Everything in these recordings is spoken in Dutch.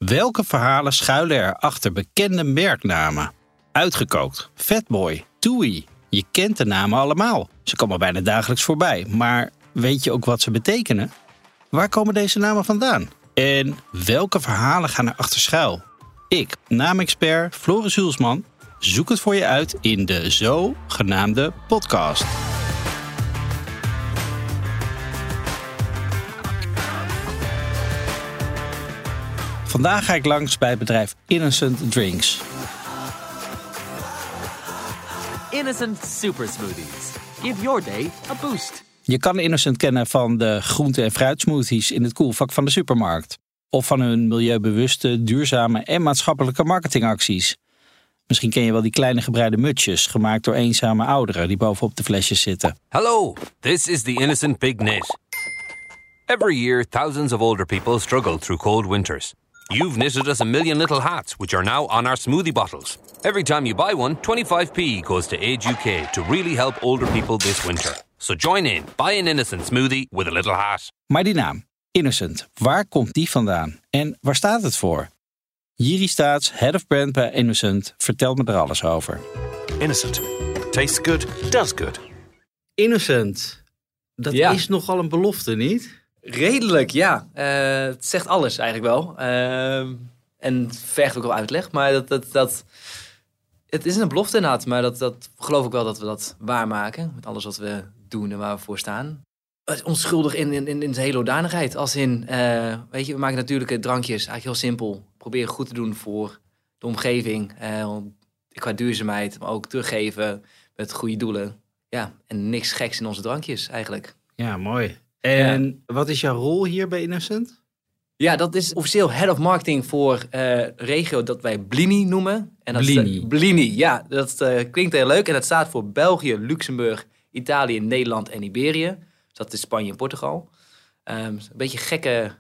Welke verhalen schuilen er achter bekende merknamen? Uitgekookt, Fatboy, Toei. Je kent de namen allemaal. Ze komen bijna dagelijks voorbij. Maar weet je ook wat ze betekenen? Waar komen deze namen vandaan? En welke verhalen gaan er achter schuil? Ik, naamexpert Floris Hulsman, zoek het voor je uit in de zogenaamde podcast. Vandaag ga ik langs bij het bedrijf Innocent Drinks. Innocent Super Smoothies. Give your day a boost. Je kan Innocent kennen van de groente- en fruitsmoothies in het koelvak van de supermarkt. Of van hun milieubewuste, duurzame en maatschappelijke marketingacties. Misschien ken je wel die kleine gebreide mutsjes, gemaakt door eenzame ouderen die bovenop de flesjes zitten. Hello, this is the Innocent Big Knit. Every year, thousands of older people struggle through cold winters. You've knitted us a million little hats, which are now on our smoothie bottles. Every time you buy one, 25p goes to Age UK to really help older people this winter. So join in, buy an Innocent smoothie with a little hat. Maar die naam, Innocent, waar komt die vandaan? En waar staat het voor? Jiri Staats, Head of Brand bij Innocent, vertelt me er alles over. Innocent. Tastes good, does good. Innocent, dat is nogal een belofte, niet? Redelijk, ja. Het zegt alles eigenlijk wel. En het vergt ook wel uitleg. Maar het is een belofte inderdaad. Maar dat geloof ik wel dat we dat waarmaken. Met alles wat we doen en waar we voor staan. Het is onschuldig in zijn hele hoedanigheid. Als in, weet je, we maken natuurlijke drankjes. Eigenlijk heel simpel. Proberen goed te doen voor de omgeving. Qua duurzaamheid. Maar ook teruggeven met goede doelen. Ja, en niks geks in onze drankjes eigenlijk. Ja, mooi. En wat is jouw rol hier bij Innocent? Ja, dat is officieel Head of Marketing voor regio dat wij Blini noemen. En dat Blini? Blini, ja. Dat klinkt heel leuk. En dat staat voor België, Luxemburg, Italië, Nederland en Iberië. Dus dat is Spanje en Portugal. Een beetje gekke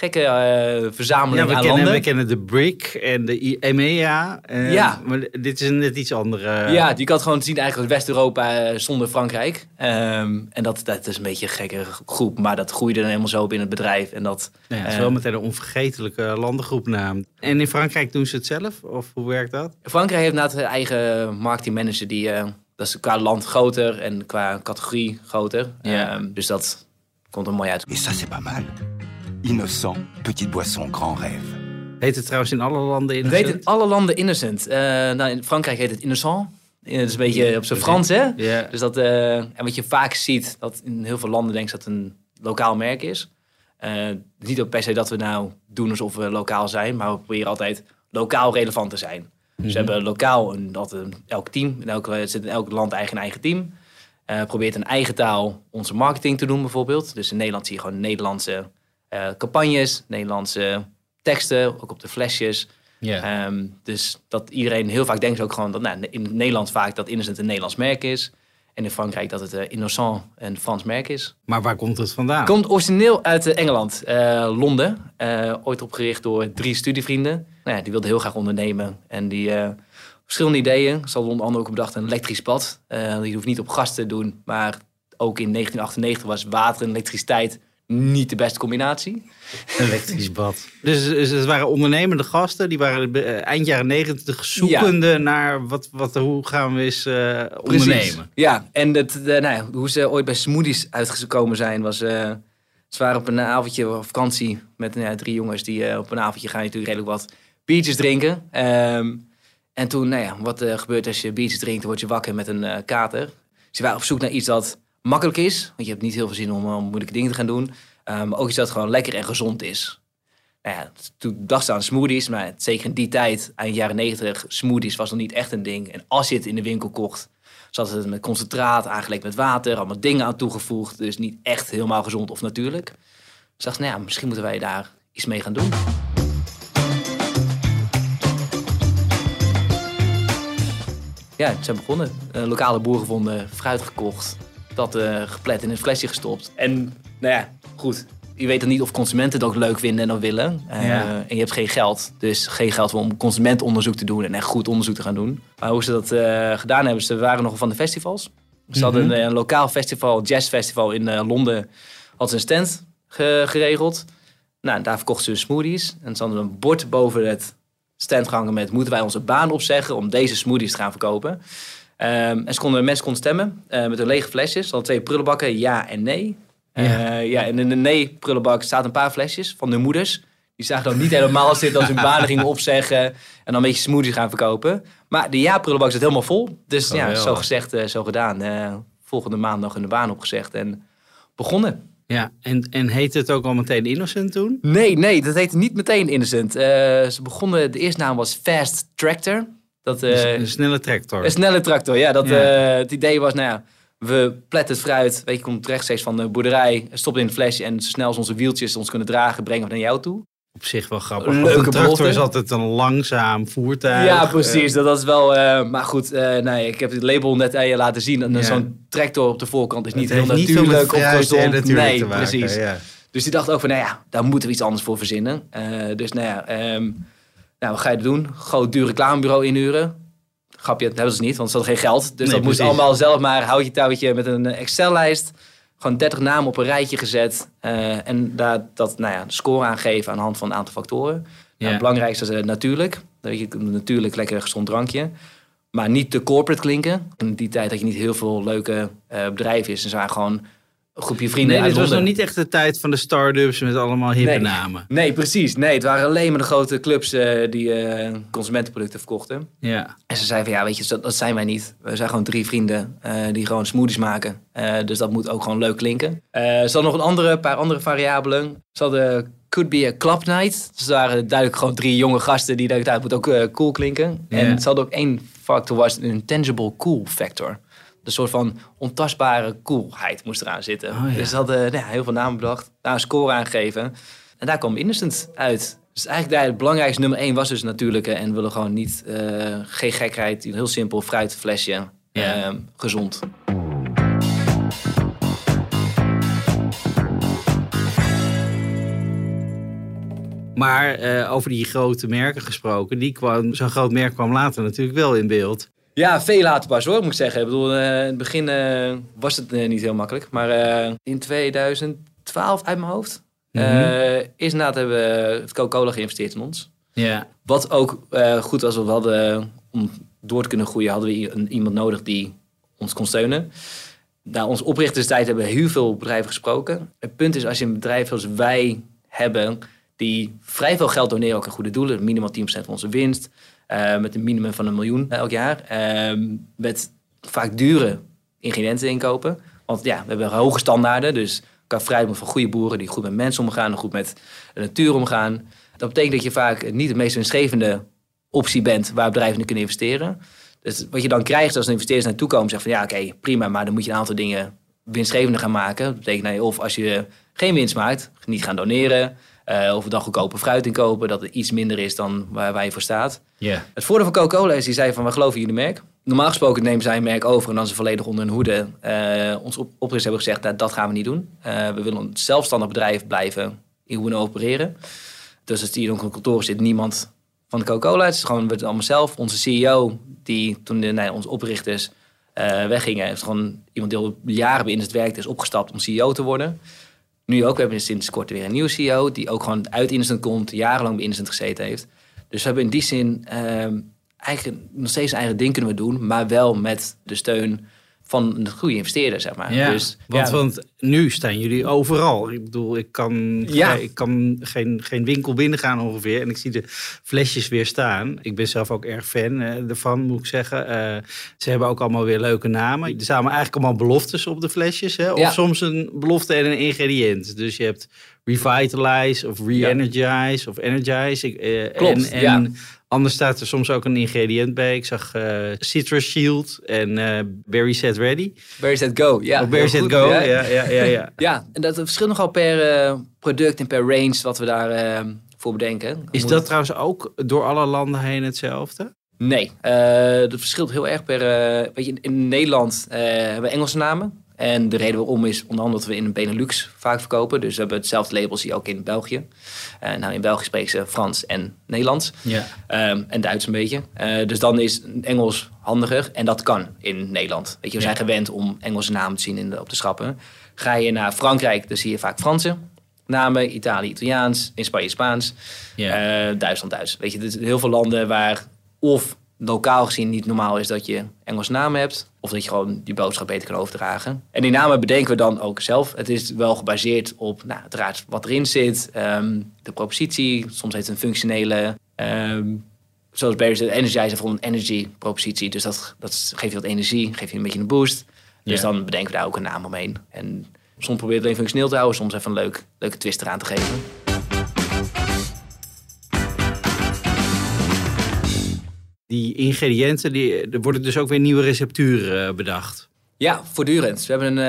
verzameling aan landen. We kennen de BRIC en de EMEA. Maar dit is een net iets andere. Ja, je kan het gewoon zien eigenlijk West-Europa zonder Frankrijk. En dat is een beetje een gekke groep. Maar dat groeide dan helemaal zo binnen het bedrijf. En dat is wel meteen een onvergetelijke landengroepnaam. En in Frankrijk doen ze het zelf? Of hoe werkt dat? Frankrijk heeft inderdaad een eigen marketingmanager. Dat is qua land groter en qua categorie groter. Dus dat komt er mooi uit. Et ça, c'est pas mal. Innocent, petite boisson, grand rêve. Heet het trouwens in alle landen Innocent? Het heet in alle landen Innocent. In Frankrijk heet het Innocent. Dat is een beetje op zijn Frans, hè? Ja. Dus en wat je vaak ziet, dat in heel veel landen denkt dat het een lokaal merk is. Niet ook per se dat we nou doen alsof we lokaal zijn, maar we proberen altijd lokaal relevant te zijn. Dus we hebben lokaal elk team. Zit in elk land een eigen team. Probeert een eigen taal onze marketing te doen bijvoorbeeld. Dus in Nederland zie je gewoon Nederlandse campagnes, Nederlandse teksten, ook op de flesjes. Yeah. Dus dat iedereen heel vaak denkt ook gewoon dat in Nederland vaak dat Innocent een Nederlands merk is. En in Frankrijk dat het Innocent een Frans merk is. Maar waar komt het vandaan? Het komt origineel uit Engeland, Londen. Ooit opgericht door 3 studievrienden. Die wilden heel graag ondernemen. En die verschillende ideeën. Ze hadden onder andere ook bedacht een elektrisch bad. Die hoeft niet op gas te doen. Maar ook in 1998 was water en elektriciteit niet de beste combinatie. Elektrisch bad. Dus het waren ondernemende gasten. Die waren eind jaren 90 zoekende naar hoe gaan we eens ondernemen. Precies. Ja, en hoe ze ooit bij smoothies uitgekomen zijn was... ze waren op een avondje op vakantie met 3 jongens die op een avondje gaan natuurlijk redelijk wat biertjes drinken. En toen, wat gebeurt als je biertjes drinkt, dan word je wakker met een kater. Ze waren op zoek naar iets dat makkelijk is, want je hebt niet heel veel zin om moeilijke dingen te gaan doen. Maar ook iets dat gewoon lekker en gezond is. Toen dacht ze aan smoothies, maar zeker in die tijd, eind jaren 90, smoothies was nog niet echt een ding. En als je het in de winkel kocht, zat het met concentraat, aangelekt met water, allemaal dingen aan toegevoegd. Dus niet echt helemaal gezond of natuurlijk. Dus dacht ze, misschien moeten wij daar iets mee gaan doen. Ja, ze zijn begonnen. Een lokale boer gevonden, fruit gekocht. Dat geplet in een flesje gestopt. En goed. Je weet dan niet of consumenten het ook leuk vinden en dan willen. En je hebt geen geld. Dus geen geld om consumentenonderzoek te doen en echt goed onderzoek te gaan doen. Maar hoe ze dat gedaan hebben, ze waren nogal van de festivals. Ze hadden een lokaal festival, jazzfestival in Londen. Hadden ze een stand geregeld. Nou, daar verkochten ze hun smoothies. En ze hadden een bord boven het stand hangen met... moeten wij onze baan opzeggen om deze smoothies te gaan verkopen? En mensen konden stemmen met hun lege flesjes. Ze hadden 2 prullenbakken, ja en nee. En in de nee-prullenbak zaten een paar flesjes van hun moeders. Die zagen dan niet helemaal zitten als hun banen gingen opzeggen... en dan een beetje smoothies gaan verkopen. Maar de ja-prullenbak zit helemaal vol. Dus zo gezegd, zo gedaan. Volgende maand nog in de baan opgezegd en begonnen. Ja, en heette het ook al meteen Innocent toen? Nee, dat heette niet meteen Innocent. Ze begonnen, de eerste naam was Fast Tractor. Een snelle tractor. Een snelle tractor, ja. Het idee was, we pletten het fruit. Weet je, komt rechtstreeks van de boerderij, stopt in een flesje... en zo snel als onze wieltjes ons kunnen dragen, brengen we naar jou toe. Op zich wel grappig. Leuke een tractor belofte. Is altijd een langzaam voertuig. Ja, precies. Dat is wel... maar goed, ik heb het label net aan je laten zien. En zo'n tractor op de voorkant is niet heel natuurlijk of gezond. Nee, precies. Ja. Dus die dacht ook van, daar moeten we iets anders voor verzinnen. Wat ga je doen? Groot duur reclamebureau inhuren. Grapje, dat hebben ze niet, want ze hadden geen geld. Dus dat moest allemaal zelf maar houtje touwtje met een Excel-lijst. Gewoon 30 namen op een rijtje gezet. En daar de score aangeven aan de hand van een aantal factoren. Het belangrijkste is natuurlijk. Natuurlijk lekker gezond drankje. Maar niet te corporate klinken. In die tijd had je niet heel veel leuke bedrijven. Dus er waren gewoon een groepje vrienden uit dit was Londen. nog niet echt de tijd van de start-ups met allemaal hippe namen. Nee, precies. Nee, het waren alleen maar de grote clubs die consumentenproducten verkochten. Ja. En ze zeiden van, weet je, dat zijn wij niet. We zijn gewoon 3 vrienden die gewoon smoothies maken. Dus dat moet ook gewoon leuk klinken. Ze hadden nog een paar andere variabelen. Ze hadden Could Be a Club Night. Dus ze waren duidelijk gewoon 3 jonge gasten die dachten, het moet ook cool klinken. Ja. En ze hadden ook 1 factor, was een intangible cool factor. Een soort van ontastbare coolheid moest eraan zitten. Dus ze hadden heel veel namen bedacht. Daar een score aangegeven. En daar kwam Innocent uit. Dus eigenlijk het belangrijkste nummer 1 was dus natuurlijke. En willen gewoon niet, geen gekheid. Een heel simpel fruitflesje. Gezond. Maar over die grote merken gesproken. Zo'n groot merk kwam later natuurlijk wel in beeld. Ja, veel later pas hoor, moet ik zeggen. Ik bedoel, in het begin was het niet heel makkelijk. Maar in 2012 uit mijn hoofd... is inderdaad hebben we Coca-Cola geïnvesteerd in ons. Ja. Wat ook goed was, we hadden om door te kunnen groeien... hadden we iemand nodig die ons kon steunen. Na onze oprichterstijd hebben we heel veel bedrijven gesproken. Het punt is, als je een bedrijf zoals wij hebben... die vrij veel geld doneren ook aan goede doelen... minimaal 10% van onze winst... met een minimum van $1 miljoen elk jaar. Met vaak dure ingrediënten inkopen. Want we hebben hoge standaarden. Dus kan vrij van goede boeren die goed met mensen omgaan. En goed met de natuur omgaan. Dat betekent dat je vaak niet de meest winstgevende optie bent waar bedrijven in kunnen investeren. Dus wat je dan krijgt als een investeerders naartoe komen. Zeggen van oké, prima, maar dan moet je een aantal dingen winstgevender gaan maken. Dat betekent of als je geen winst maakt, niet gaan doneren. Of dan goedkope fruit inkopen, dat het iets minder is dan waar je voor staat. Yeah. Het voordeel van Coca-Cola is, die zei van, we geloven in jullie merk. Normaal gesproken nemen zij een merk over en dan ze volledig onder hun hoede. Onze oprichters hebben gezegd, dat gaan we niet doen. We willen een zelfstandig bedrijf blijven in hoe we opereren. Dus als die in een kantoor zit, niemand van de Coca-Cola. Het is gewoon, we het allemaal zelf. Onze CEO, die toen onze oprichters weggingen, heeft gewoon iemand die al jaren bij Innocent werkte, is opgestapt om CEO te worden. Nu ook, we hebben sinds kort weer een nieuwe CEO... die ook gewoon uit Innocent komt, jarenlang bij Innocent gezeten heeft. Dus we hebben in die zin eigenlijk nog steeds een eigen ding kunnen we doen... maar wel met de steun van een goede investeerder, zeg maar. Ja, dus, want nu staan jullie overal. Ik bedoel, ik kan geen winkel binnengaan ongeveer... en ik zie de flesjes weer staan. Ik ben zelf ook erg fan ervan, moet ik zeggen. Ze hebben ook allemaal weer leuke namen. Er staan eigenlijk allemaal beloftes op de flesjes. Hè? Of soms een belofte en een ingrediënt. Dus je hebt Revitalize of Re-energize of Energize. Klopt, anders staat er soms ook een ingrediënt bij. Ik zag Citrus Shield en Berry Set Ready. Berry Set Go, ja. Berry Set Go, ja. Ja, en dat verschilt nogal per product en per range wat we daar voor bedenken. Is dat trouwens ook door alle landen heen hetzelfde? Nee, dat verschilt heel erg per... weet je, in Nederland hebben we Engelse namen. En de reden waarom is onder andere dat we in Benelux vaak verkopen. Dus we hebben hetzelfde label zie je ook in België. In België spreken ze Frans en Nederlands. Ja. En Duits een beetje. Dus dan is Engels handiger. En dat kan in Nederland. Weet je, we zijn gewend om Engelse namen te zien op de schappen. Ga je naar Frankrijk, dan zie je vaak Franse namen. Italië, Italiaans. In Spanje, Spaans. Duitsland, Duits. Weet je, er zijn heel veel landen waar of lokaal gezien niet normaal is dat je Engelse namen hebt. Of dat je gewoon die boodschap beter kan overdragen. En die namen bedenken we dan ook zelf. Het is wel gebaseerd op uiteraard wat erin zit. De propositie. Soms heeft het een functionele... zoals Barry zegt, Energizer bijvoorbeeld een energy propositie. Dus dat geeft je wat energie. Geeft je een beetje een boost. Dus dan bedenken we daar ook een naam omheen. En soms proberen we het alleen functioneel te houden. Soms even een leuke twist eraan te geven. Die ingrediënten, er worden dus ook weer nieuwe recepturen bedacht. Ja, voortdurend. We hebben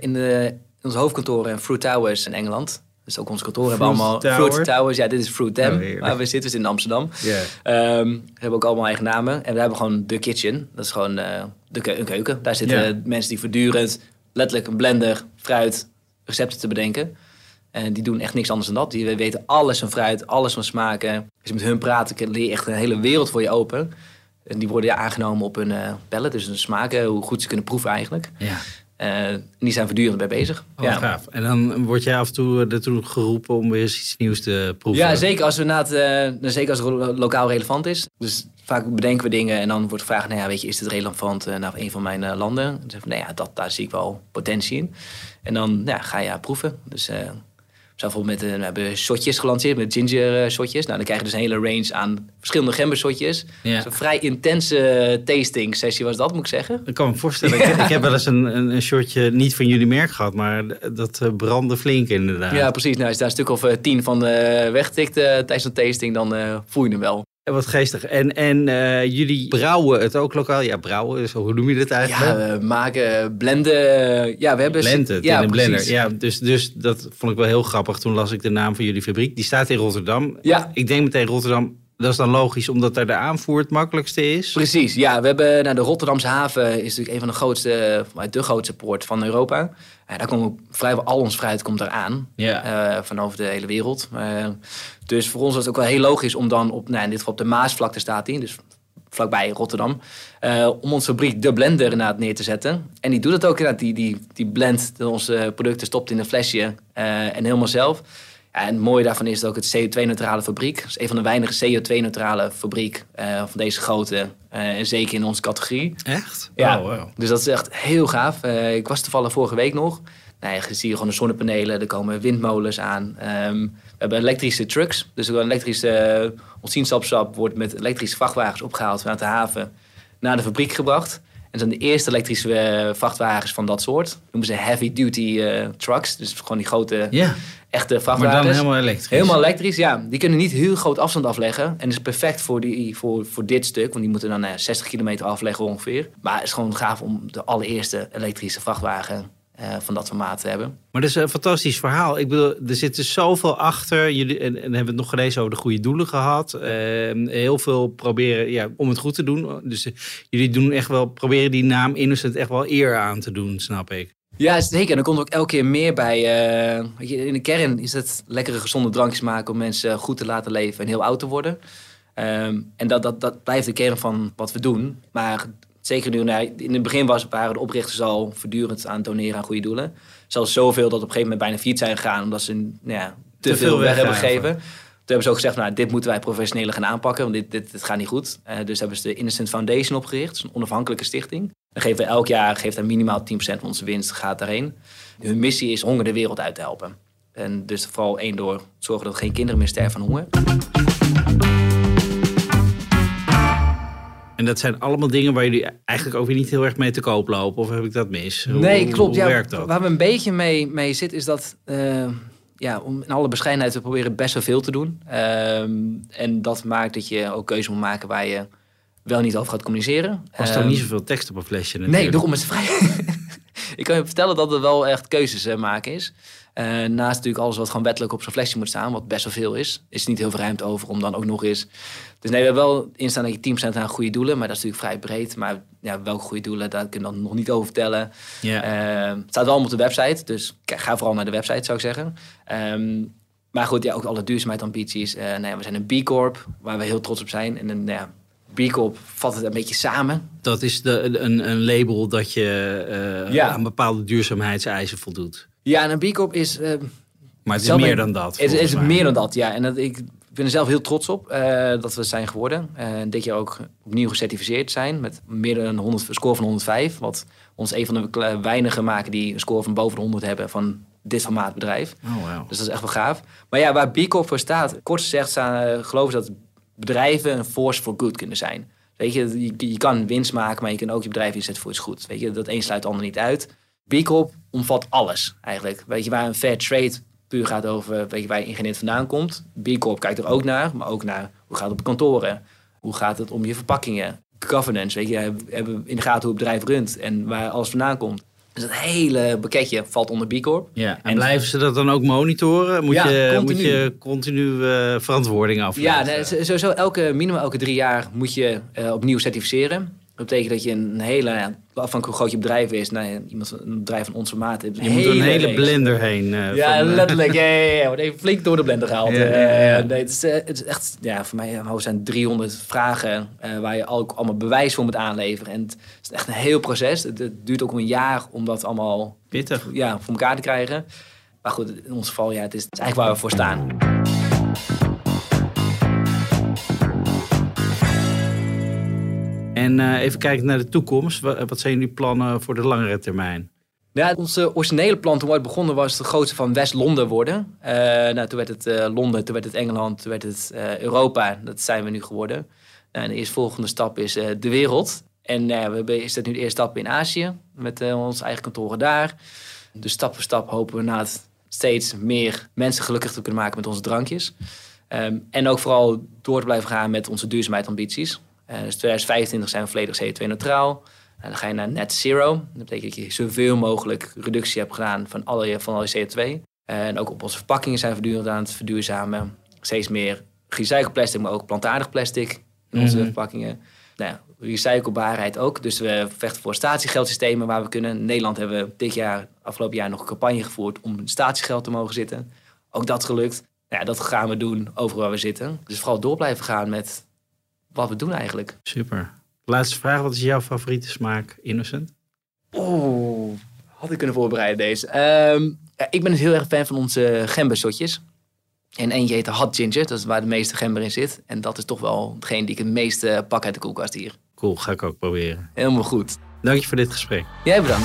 in ons hoofdkantoor in Fruit Towers in Engeland. Dus ook onze kantoren hebben allemaal Fruit Towers. Ja, dit is Fruit Dam, waar we zitten, in Amsterdam. We hebben ook allemaal eigen namen. En we hebben gewoon The Kitchen. Dat is gewoon een keuken. Daar zitten mensen die voortdurend letterlijk een blender, fruit, recepten te bedenken. En die doen echt niks anders dan dat. Die weten alles van fruit, alles van smaken. Als je met hun praat, leer je echt een hele wereld voor je open. En die worden aangenomen op hun pallet. Dus hun smaken, hoe goed ze kunnen proeven eigenlijk. Ja. En die zijn voortdurend bij bezig. Gaaf. En dan word jij af en toe ertoe geroepen om weer eens iets nieuws te proeven. Ja, zeker als zeker als het lokaal relevant is. Dus vaak bedenken we dingen en dan wordt gevraagd... weet je, is dit relevant naar een van mijn landen? Dan zeggen we, daar zie ik wel potentie in. En dan ga je proeven. Dus... bijvoorbeeld we hebben shotjes gelanceerd met ginger shotjes. Nou, dan krijg je dus een hele range aan verschillende gember shotjes. Ja. Dus een vrij intense tasting sessie was dat, moet ik zeggen. Ik kan me voorstellen. Ik heb wel eens een shotje niet van jullie merk gehad, maar dat brandde flink inderdaad. Ja, precies. Nou, als je daar een stuk of 10 van wegtikt tijdens een tasting, dan voel je hem wel. Wat geestig. En jullie brouwen het ook lokaal? Ja, brouwen, hoe noem je dat eigenlijk? Ja, we maken, blenden. We hebben blenden in een blender. Ja, dus dat vond ik wel heel grappig. Toen las ik de naam van jullie fabriek. Die staat in Rotterdam. Ja. Ik denk meteen Rotterdam. Dat is dan logisch, omdat daar de aanvoer het makkelijkste is? Precies, ja. We hebben de Rotterdamse haven is natuurlijk een van de grootste poort van Europa. Daar komt vrijwel al ons fruit komt eraan. Ja. Van over de hele wereld. Dus voor ons was het ook wel heel logisch om dan in dit geval op de Maasvlakte staat die. Dus vlakbij Rotterdam. Om onze fabriek de blender inderdaad neer te zetten. En die doet het ook inderdaad. Die blendt onze producten, stopt in een flesje en helemaal zelf. Ja, en het mooie daarvan is dat ook het CO2-neutrale fabriek. Het is een van de weinige CO2-neutrale fabriek van deze grootte. En zeker in onze categorie. Echt? Ja, wow. Dus dat is echt heel gaaf. Ik was toevallig vorige week nog. Je ziet hier gewoon de zonnepanelen. Er komen windmolens aan. We hebben elektrische trucks. Dus een elektrische ontziensapsap wordt met elektrische vrachtwagens opgehaald vanuit de haven naar de fabriek gebracht. En zijn de eerste elektrische vrachtwagens van dat soort. Noemen ze heavy duty trucks. Dus gewoon die grote, echte vrachtwagens. Maar dan helemaal elektrisch? Helemaal elektrisch, ja. Die kunnen niet heel groot afstand afleggen. En dat is perfect voor dit stuk. Want die moeten dan 60 kilometer afleggen ongeveer. Maar het is gewoon gaaf om de allereerste elektrische vrachtwagen van dat formaat te hebben. Maar dat is een fantastisch verhaal. Ik bedoel, er zit dus zoveel achter. Jullie, en hebben we het nog gelezen over de goede doelen gehad. Heel veel proberen om het goed te doen. Dus jullie doen echt wel, proberen die naam Innocent echt wel eer aan te doen, snap ik. Ja, zeker. En er komt ook elke keer meer bij. In de kern is het lekkere, gezonde drankjes maken om mensen goed te laten leven en heel oud te worden. En dat blijft de kern van wat we doen. Maar zeker nu, in het begin waren de oprichters al voortdurend aan het doneren aan goede doelen. Zelfs zoveel dat op een gegeven moment bijna failliet zijn gegaan omdat ze te veel weg hebben gegeven. Toen hebben ze ook gezegd, dit moeten wij professioneler gaan aanpakken, want dit gaat niet goed. Dus hebben ze de Innocent Foundation opgericht, dus een onafhankelijke stichting. Dan geven we elk jaar minimaal 10% van onze winst gaat daarheen. Hun missie is honger de wereld uit te helpen. En dus vooral door zorgen dat er geen kinderen meer sterven van honger. En dat zijn allemaal dingen waar jullie eigenlijk ook weer niet heel erg mee te koop lopen. Of heb ik dat mis? Nee, klopt. Hoe werkt dat? Waar we een beetje mee zitten is dat... om in alle bescheidenheid te proberen best wel veel te doen. En dat maakt dat je ook keuze moet maken waar je wel niet over gaat communiceren. Was toch niet zoveel tekst op een flesje natuurlijk? Nee, daarom is het vrij... Ik kan je vertellen dat er wel echt keuzes maken is. Naast natuurlijk alles wat gewoon wettelijk op zo'n flesje moet staan, wat best wel veel is er niet heel veel ruimte over om dan ook nog eens... Dus nee, we hebben wel instaan dat je 10% aan goede doelen, maar dat is natuurlijk vrij breed. Maar welke goede doelen, daar kun je dan nog niet over vertellen. Het staat wel allemaal op de website, dus ga vooral naar de website, zou ik zeggen. Maar goed, ook alle duurzaamheidsambities. We zijn een B Corp, waar we heel trots op zijn. En een B Corp vat het een beetje samen. Dat is een label dat je aan bepaalde duurzaamheidseisen voldoet. Ja, en een B Corp is... Maar het is meer dan dat. Het is meer dan dat, ja. En ik ben er zelf heel trots op dat we zijn geworden. Dit jaar ook opnieuw gecertificeerd zijn met meer dan een score van 105. Wat ons een van de weinigen maken die een score van boven de 100 hebben van dit formaat bedrijf. Oh, wow. Dus dat is echt wel gaaf. Maar ja, waar B Corp voor staat, kort gezegd geloven ze dat bedrijven een force for good kunnen zijn. Weet je kan winst maken, maar je kan ook je bedrijf inzetten voor iets goeds. Weet je, dat een sluit het ander niet uit. B Corp omvat alles eigenlijk. Weet je, waar een fair trade puur gaat over waar je ingrediënt vandaan komt. B Corp kijkt er ook naar, maar ook naar hoe gaat het op kantoren? Hoe gaat het om je verpakkingen? Governance, weet je, hebben in de gaten hoe het bedrijf runt en waar alles vandaan komt. Dus dat hele pakketje valt onder B Corp. Ja, en blijven ze dat dan ook monitoren? Moet je continu verantwoording afleggen? Ja, sowieso minimaal elke 3 jaar moet je opnieuw certificeren. Dat betekent dat je een hele, afhankelijk hoe groot je bedrijf is, een bedrijf van onze maat. Je moet door een hele blender heen. Letterlijk. Ja, wordt even flink door de blender gehaald. Nee, het is echt, voor mij zijn 300 vragen waar je ook allemaal bewijs voor moet aanleveren. En het is echt een heel proces. Het duurt ook een jaar om dat allemaal pittig voor elkaar te krijgen. Maar goed, in ons geval, het is eigenlijk waar we voor staan. En even kijken naar de toekomst. Wat zijn jullie plannen voor de langere termijn? Ja, onze originele plan toen we ooit begonnen was de grootste van West-Londen worden. Toen werd het Londen, toen werd het Engeland, toen werd het Europa. Dat zijn we nu geworden. En de eerstvolgende stap is de wereld. En we zetten nu de eerste stap in Azië met onze eigen kantoren daar. Dus stap voor stap hopen we na het steeds meer mensen gelukkig te kunnen maken met onze drankjes. En ook vooral door te blijven gaan met onze duurzaamheidsambities. Dus 2025 zijn we volledig CO2-neutraal. Dan ga je naar net zero. Dat betekent dat je zoveel mogelijk reductie hebt gedaan van al je CO2. En ook op onze verpakkingen zijn we voortdurend aan het verduurzamen. Steeds meer gerecycled plastic, maar ook plantaardig plastic in onze verpakkingen. Recyclebaarheid ook. Dus we vechten voor statiegeldsystemen waar we kunnen. In Nederland hebben we afgelopen jaar nog een campagne gevoerd om statiegeld te mogen zitten. Ook dat gelukt. Dat gaan we doen overal waar we zitten. Dus vooral door blijven gaan met wat we doen eigenlijk. Super. Laatste vraag, wat is jouw favoriete smaak, Innocent? Had ik kunnen voorbereiden deze. Ik ben heel erg fan van onze gembershotjes. En eentje heet de Hot Ginger, dat is waar de meeste gember in zit. En dat is toch wel degene die ik het meeste pak uit de koelkast hier. Cool, ga ik ook proberen. Helemaal goed. Dank je voor dit gesprek. Jij bedankt.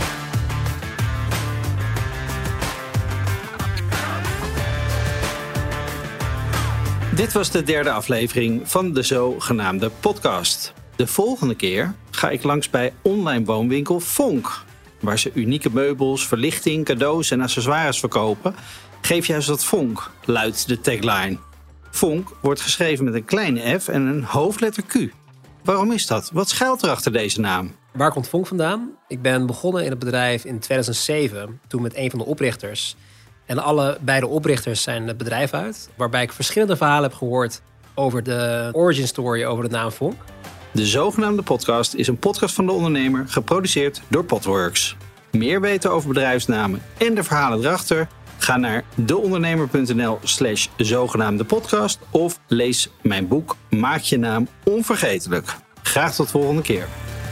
Dit was de 3e aflevering van de zogenaamde podcast. De volgende keer ga ik langs bij online woonwinkel Vonk, waar ze unieke meubels, verlichting, cadeaus en accessoires verkopen. Geef juist wat Vonk, luidt de tagline. Vonk wordt geschreven met een kleine f en een hoofdletter Q. Waarom is dat? Wat schuilt er achter deze naam? Waar komt Vonk vandaan? Ik ben begonnen in het bedrijf in 2007, toen met een van de oprichters. En alle beide oprichters zijn het bedrijf uit, waarbij ik verschillende verhalen heb gehoord over de origin story over de naam Vonk. De zogenaamde podcast is een podcast van De Ondernemer, geproduceerd door Podworks. Meer weten over bedrijfsnamen en de verhalen erachter? Ga naar deondernemer.nl/zogenaamde podcast of lees mijn boek Maak je naam onvergetelijk. Graag tot volgende keer.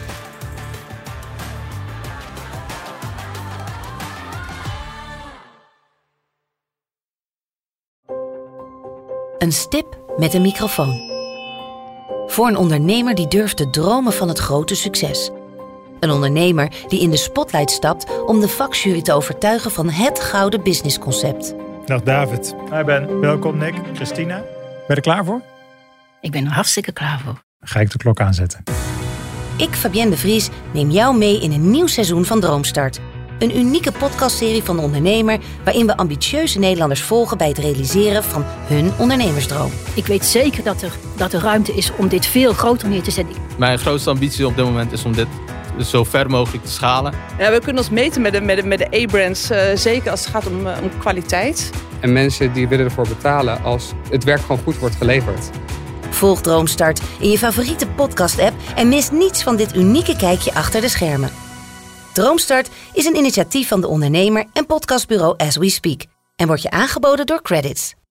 Een stip met een microfoon. Voor een ondernemer die durft te dromen van het grote succes. Een ondernemer die in de spotlight stapt om de vakjury te overtuigen van het gouden businessconcept. Dag David. Hi Ben. Welkom Nick. Christina. Ben je er klaar voor? Ik ben er hartstikke klaar voor. Dan ga ik de klok aanzetten. Ik, Fabienne de Vries, neem jou mee in een nieuw seizoen van Droomstart. Een unieke podcastserie van De Ondernemer, waarin we ambitieuze Nederlanders volgen bij het realiseren van hun ondernemersdroom. Ik weet zeker dat er ruimte is om dit veel groter neer te zetten. Mijn grootste ambitie op dit moment is om dit zo ver mogelijk te schalen. Ja, we kunnen ons meten met de A-brands, zeker als het gaat om kwaliteit. En mensen die willen ervoor betalen als het werk gewoon goed wordt geleverd. Volg Droomstart in je favoriete podcast-app en mis niets van dit unieke kijkje achter de schermen. Droomstart is een initiatief van De Ondernemer en podcastbureau As We Speak en wordt je aangeboden door Credits.